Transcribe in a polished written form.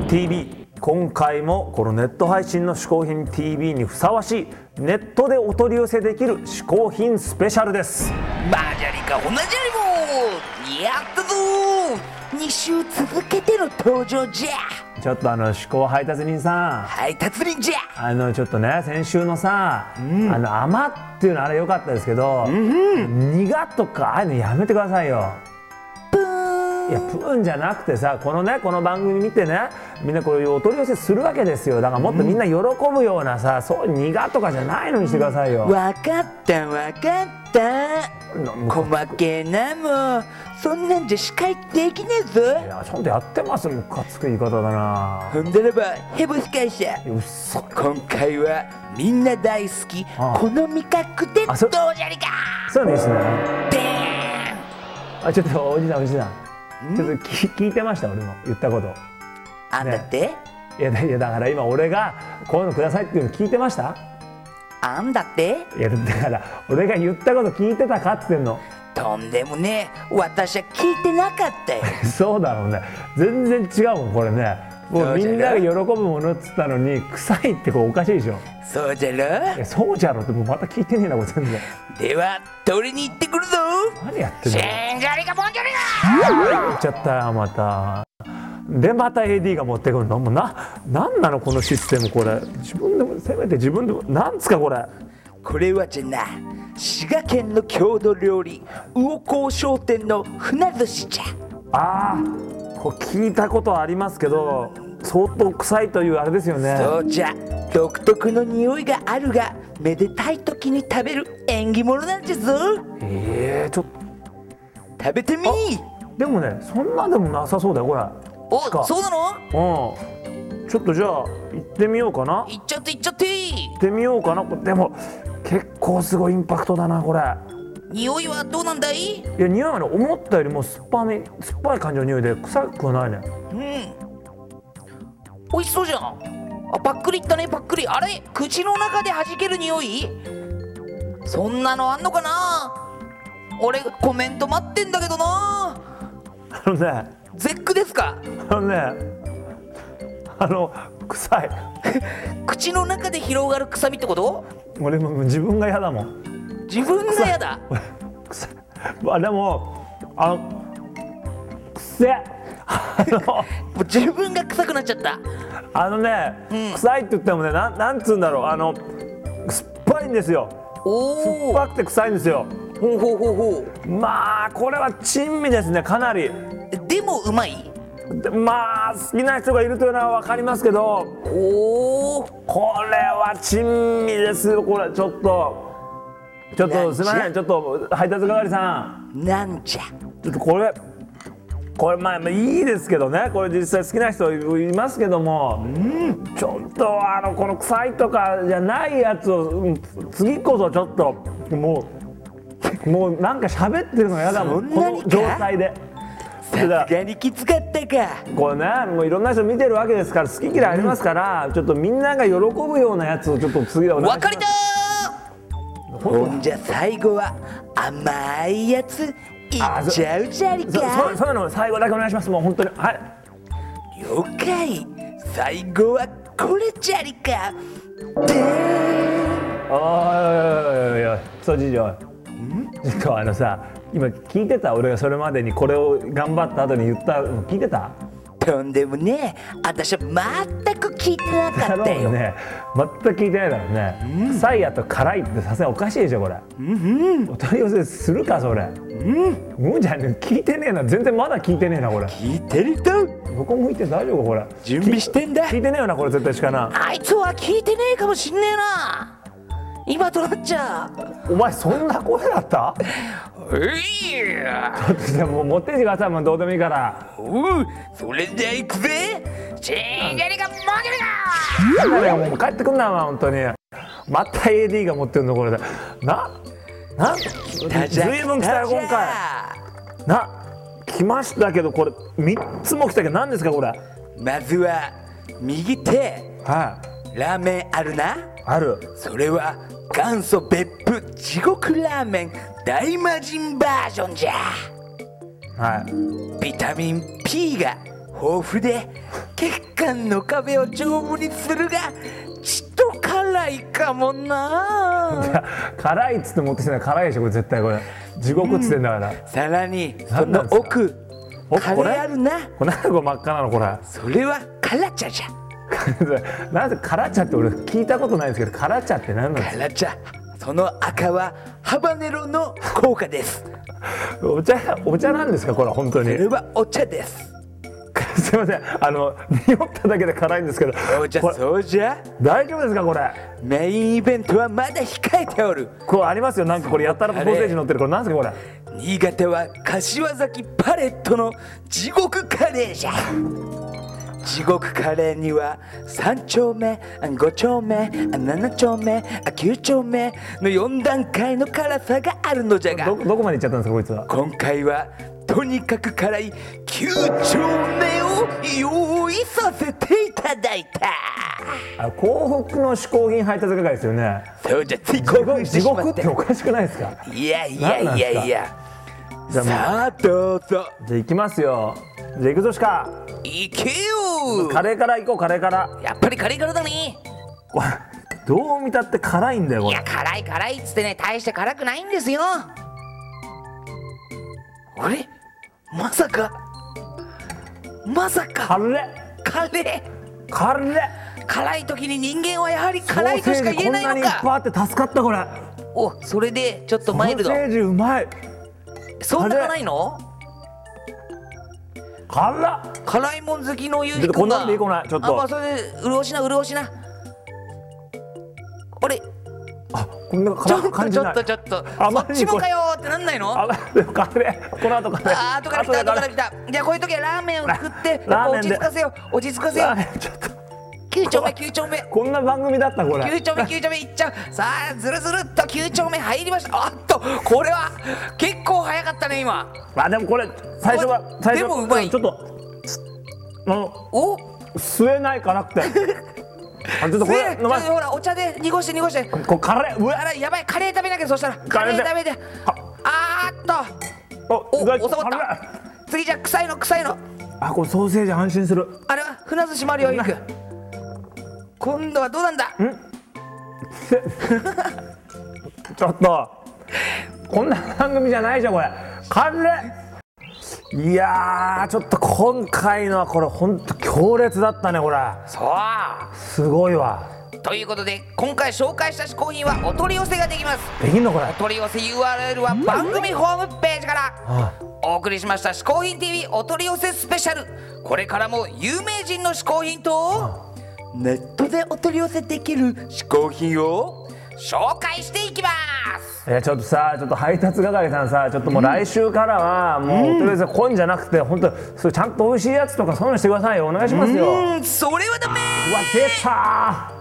TV、 今回もこのネット配信の嗜好品 TV にふさわしいネットでお取り寄せできる嗜好品スペシャルです。 マジャリかほなじゃりもやったぞー。2週続けての登場じゃ。 ちょっと嗜好配達人さん、 配達人じゃ。 ちょっとね、先週のさ、甘っていうのあれ良かったですけど、苦とかああいうのやめてくださいよ。いや、プーンじゃなくてさ、この番組見てね、みんなこういうお取り寄せするわけですよ。だからもっとみんな喜ぶようなさ、そういう苦とかじゃないのにしてくださいよ。 わかったわかった。細けえな、もうそんなんじゃ司会できねえぞ。 いや、ちゃんとやってますよ。ムカつく言い方だな。 ほんだらばヘボ司会者、 うっそ。 今回はみんな大好きこの味覚でどうじゃりか。 そうですね。 でちょっとおじさんちょっと聞いてました？俺の言ったこと。 あんだって、 いやだから今俺がこういうのくださいっていうの聞いてました？ あんだって。 いやだから俺が言ったこと聞いてたかって言ってんの。 とんでもねえ、私は聞いてなかったよ。 そうだろうね。全然違うもんこれね。もうみんなが喜ぶものっつったのに臭いってこうおかしいでしょ。 そうじゃろ。 いやそうじゃろってもうまた聞いてねえなこれ全然。 では取りに行ってくるぞ。 何やってんの。 シンジャリかボンジャリ言っちゃったよまた。でまた AD が持ってくるの。もうなんなのこのシステム。これ自分でもせめて自分でもなんつかこれ。 これはじゃな、滋賀県の郷土料理魚幸商店の船寿司じゃ。 これ聞いたことはありますけど相当臭いというあれですよね。 そうじゃ、独特の匂いがあるがめでたい時に食べる縁起物なんじゃぞ。 ちょっと食べてみ。 でもね、そんなでもなさそうだよこれ。 お、そうなの？ ちょっとじゃあ行ってみようかな。 行っちゃって行っちゃって。 行ってみようかな。でも結構すごいインパクトだなこれ。 匂いはどうなんだい？ いや、匂いはね、思ったよりも酸っぱい感じの匂いで臭くはないね。 美味しそうじゃん。パックリいったね、パックリ。あれ、口の中で弾ける匂い？そんなのあんのかな。俺コメント待ってんだけどな。絶句ですか？ 臭い。 口の中で広がる臭みってこと？ 俺も自分が嫌だもん。 自分が嫌だ。 臭い。でも臭い。 もう自分が臭くなっちゃった。 臭いって言ってもね、なんつうんだろう、酸っぱいんですよ。酸っぱくて臭いんですよ。 ほう。 まあこれは珍味ですね、かなり。 でもうまい。 まあ好きな人がいるというのは分かりますけど、これは珍味ですよ。これちょっとすいません、ちょっと配達係さん、 なんじゃ。 ちょっとこれまあいいですけどね、これ実際好きな人いますけども、ちょっとこの臭いとかじゃないやつを次こそちょっともうなんか喋ってるの嫌だもん、この状態で。 さすがにきつかったか。 これね、もういろんな人見てるわけですから、好き嫌いありますから、ちょっとみんなが喜ぶようなやつをちょっと次はお願いします。 分かりたー。ほんじゃ最後は甘いやついっちゃうじゃりか。 そういうの最後だけお願いします。もう本当に、はい、 了解。最後はこれじゃりか。 おいそうじいよ。ちょっとさ、今聞いてた？俺がそれまでにこれを頑張った後に言ったの聞いてた？ とんでもねえ、私は全く聞いてなかったよ。 ね、全く聞いてないだろうね。臭いやと辛いってさすがにおかしいでしょこれ。お取り寄せするかそれ。もうじゃね、聞いてねえな。全然まだ聞いてねえなこれ。 聞いてるとどこ向いて大丈夫かこれ。 準備してんだ。 聞いてねえよなこれ絶対しかな。 あいつは聞いてねえかもしんねえな。今となっちゃお前そんな声だった？でも持ってきてください。もうどうでもいいから。 それじゃ行くぜ。チンジャリがモデルだ。もう帰ってくんな本当に。また AD が持ってるのこれで。ずいぶん来たよ今回。来ましたけど、これ3つも来たけど何ですかこれ。 まずは右手、ラーメンあるな。 ある。 それは元祖別府地獄ラーメン大魔神バージョンじゃ。ビタミン P が豊富で血管の壁を丈夫にするがちっと辛いかもな。 いや辛いっつって持ってきてない辛いでしょこれ絶対これ地獄っつってんだから、 さらにその何なんですか奥カレーあるな。 これなんでこれ真っ赤なのこれそれはカラチャじゃ。 なんでカラチャって俺聞いたことないんですけどカラチャって何なんですカラチャ、その赤はハバネロの効果です。 かお茶なんですかこれ本当にそれはお茶です。 すいません匂っただけで辛いんですけどそうじゃこれそうじゃ。 大丈夫ですかこれメインイベントはまだ控えておる。 これありますよなんかこれやったらとソーセージ乗ってるこれなんですかこれ新潟は柏崎パレットの地獄カレーじゃ。地獄カレーには3丁目5丁目7丁目9丁目の4段階の辛さがあるのじゃが、 どこまで行っちゃったんですかこいつは今回はとにかく辛い9丁目を用意させていただいた。 幸福の嗜好品配達係ですよねそうじゃ、つい興奮して地しまって。 獄っておかしくないですかいやいやいやいや。 じゃあもうさあどうぞじゃあ行きますよじゃあ行くぞしか行けよ。 カレーから行こうカレーからやっぱりカレーからだね。 これどう見たって辛いんだよこれいや辛い辛いっつってね、大して辛くないんですよ。あれまさかカレカレーカレーー辛い時に人間はやはり辛いとしか言えないのソーセージこんなにいっぱいか。 あって助かったこれお、それでちょっとマイルドソーセ。ージうまいそんな辛いの？ 辛っ辛いもん好きのゆうちょっとこひくんがんなんでいいかなちょっとまあそれで潤しな潤しな。あれこんなちょっと辛く感じないちょっとあまりにそっちもかよーってなんないの？ でもカレーこの後カレー後から来た後から来た。じゃあこういう時はラーメンを食ってやっぱ落ラーメンでち着かせよう落ち着かせよラーう。 メンちょっと 9丁目9丁目こんな番組だったこれ 9丁目9丁目いっちゃう。さあずるずるっと9丁目入りました。あっとこれは結構早かったね今。 でもこれ最初はでもうまいちょっとお吸えない辛くてちょっとこれ飲まほらお茶で濁して濁して。 これカレーうわあらやばいカレー食べなきゃ。そしたらカレー食べて。あーっとお意外と収まった。 辛い次じゃあ臭いのこれソーセージ安心するあれは船寿司もあるよゆうくん。今度はどうなんだ。 ちょっとこんな番組じゃないじゃんこれカレーいやーちょっと今回のはこれほんと強烈だったねこれそうすごいわということで今回紹介した嗜好品はお取り寄せができます。 できんのこれお取り寄せ URL は番組ホームページからお送りしました嗜好品 TV お取り寄せスペシャル。これからも有名人の嗜好品とネットでお取り寄せできる嗜好品を紹介していきます。 ちょっと配達係さんさちょっともう来週からはもうお取り寄せこんじゃなくて本当それちゃんと美味しいやつとかそういうのしてくださいよお願いしますよそれはダメうわ出たー